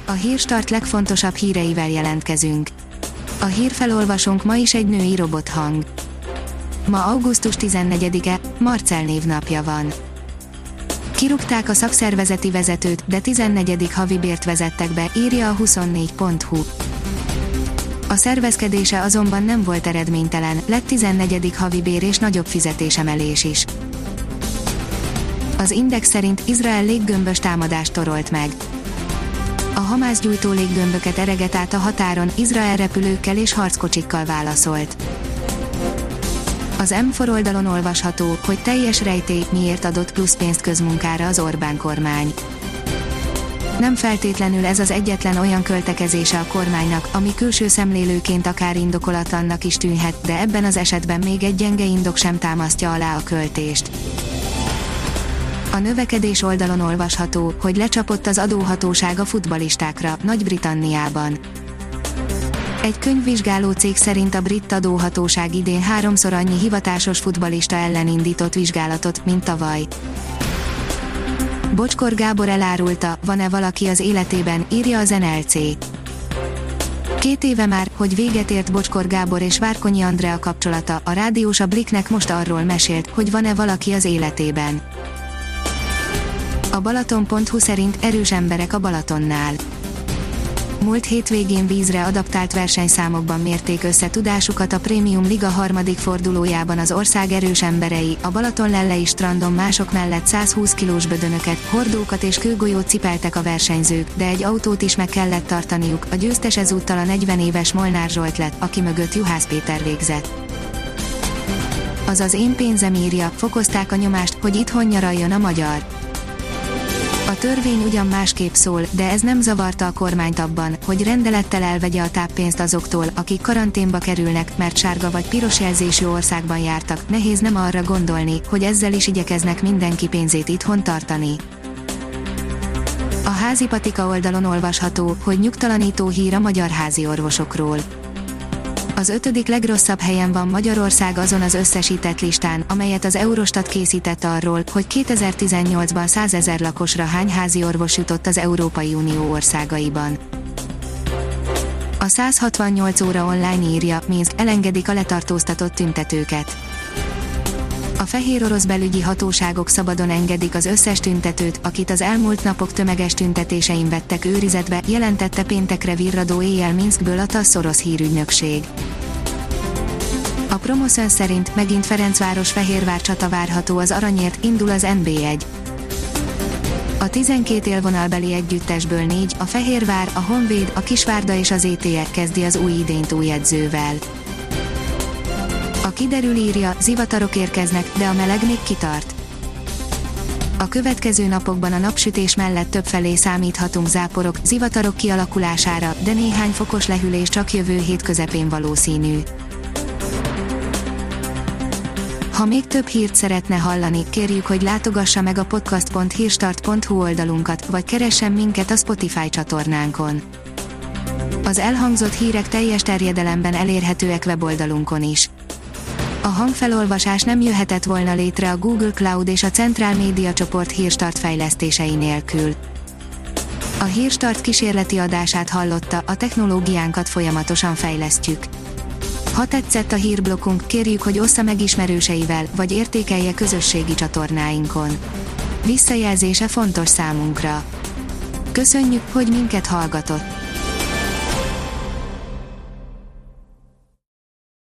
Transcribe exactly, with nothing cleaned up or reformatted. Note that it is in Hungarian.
A Hírstart legfontosabb híreivel jelentkezünk. A hírfelolvasónk ma is egy női robothang. Ma augusztus tizennegyedike, Marcell névnapja van. Kirúgták a szakszervezeti vezetőt, de tizennegyedik havi bért vezettek be, írja a huszonnégy pont hu. A szervezkedése azonban nem volt eredménytelen, lett tizennegyedik havi bér és nagyobb fizetésemelés is. Az Index szerint Izrael léggömbös támadást torolt meg. A Hamász gyújtó léggömböket ereget át a határon, Izrael repülőkkel és harckocsikkal válaszolt. Az M négy oldalon olvasható, hogy teljes rejtély, miért adott plusz pénzt közmunkára az Orbán kormány. Nem feltétlenül ez az egyetlen olyan költekezése a kormánynak, ami külső szemlélőként akár indokolatlannak is tűnhet, de ebben az esetben még egy gyenge indok sem támasztja alá a költést. A növekedés oldalon olvasható, hogy lecsapott az adóhatóság a futballistákra, Nagy-Britanniában. Egy könyvvizsgáló cég szerint a brit adóhatóság idén háromszor annyi hivatásos futballista ellen indított vizsgálatot, mint tavaly. Bocskor Gábor elárulta, van-e valaki az életében, írja az en el cé. Két éve már, hogy véget ért Bocskor Gábor és Várkonyi Andrea kapcsolata, a rádiós a Blicknek most arról mesélt, hogy van-e valaki az életében. A Balaton pont hu szerint erős emberek a Balatonnál. Múlt hétvégén vízre adaptált versenyszámokban mérték össze tudásukat a Prémium Liga harmadik fordulójában az ország erős emberei, a Balaton-Lellei strandon mások mellett százhúsz kilós bödönöket, hordókat és kőgolyót cipeltek a versenyzők, de egy autót is meg kellett tartaniuk, a győztes ezúttal a negyven éves Molnár Zsolt lett, aki mögött Juhász Péter végzett. Azaz Én pénzem írja, fokozták a nyomást, hogy itthon nyaraljon a magyar. A törvény ugyan másképp szól, de ez nem zavarta a kormányt abban, hogy rendelettel elvegye a táppénzt azoktól, akik karanténba kerülnek, mert sárga vagy piros jelzésű országban jártak, nehéz nem arra gondolni, hogy ezzel is igyekeznek mindenki pénzét itthon tartani. A Házi Patika oldalon olvasható, hogy nyugtalanító hír a magyar házi orvosokról. Az ötödik legrosszabb helyen van Magyarország azon az összesített listán, amelyet az Eurostat készített arról, hogy kétezer-tizennyolcban százezer lakosra hány házi orvos jutott az Európai Unió országaiban. A száz hatvannyolc óra online írja, Minszk, elengedik a letartóztatott tüntetőket. A fehér orosz belügyi hatóságok szabadon engedik az összes tüntetőt, akit az elmúlt napok tömeges tüntetésein vettek őrizetbe, jelentette péntekre virradó éjjel Minszkből a TASZ orosz hírügynökség. A Promoszön szerint megint Ferencváros-Fehérvár csata várható az aranyért, indul az en bé egy. A tizenkét élvonalbeli együttesből négy, a Fehérvár, a Honvéd, a Kisvárda és az é té er kezdi az új idényt új edzővel. A Kiderül írja, zivatarok érkeznek, de a meleg még kitart. A következő napokban a napsütés mellett többfelé számíthatunk záporok, zivatarok kialakulására, de néhány fokos lehűlés csak jövő hét közepén valószínű. Ha még több hírt szeretne hallani, kérjük, hogy látogassa meg a podcast pont hírstart pont hu oldalunkat, vagy keressen minket a Spotify csatornánkon. Az elhangzott hírek teljes terjedelemben elérhetőek weboldalunkon is. A hangfelolvasás nem jöhetett volna létre a Google Cloud és a Centrál Média csoport Hírstart fejlesztései nélkül. A Hírstart kísérleti adását hallotta, a technológiánkat folyamatosan fejlesztjük. Ha tetszett a hírblokkunk, kérjük, hogy ossza meg ismerőseivel, vagy értékelje közösségi csatornáinkon. Visszajelzése fontos számunkra. Köszönjük, hogy minket hallgatott!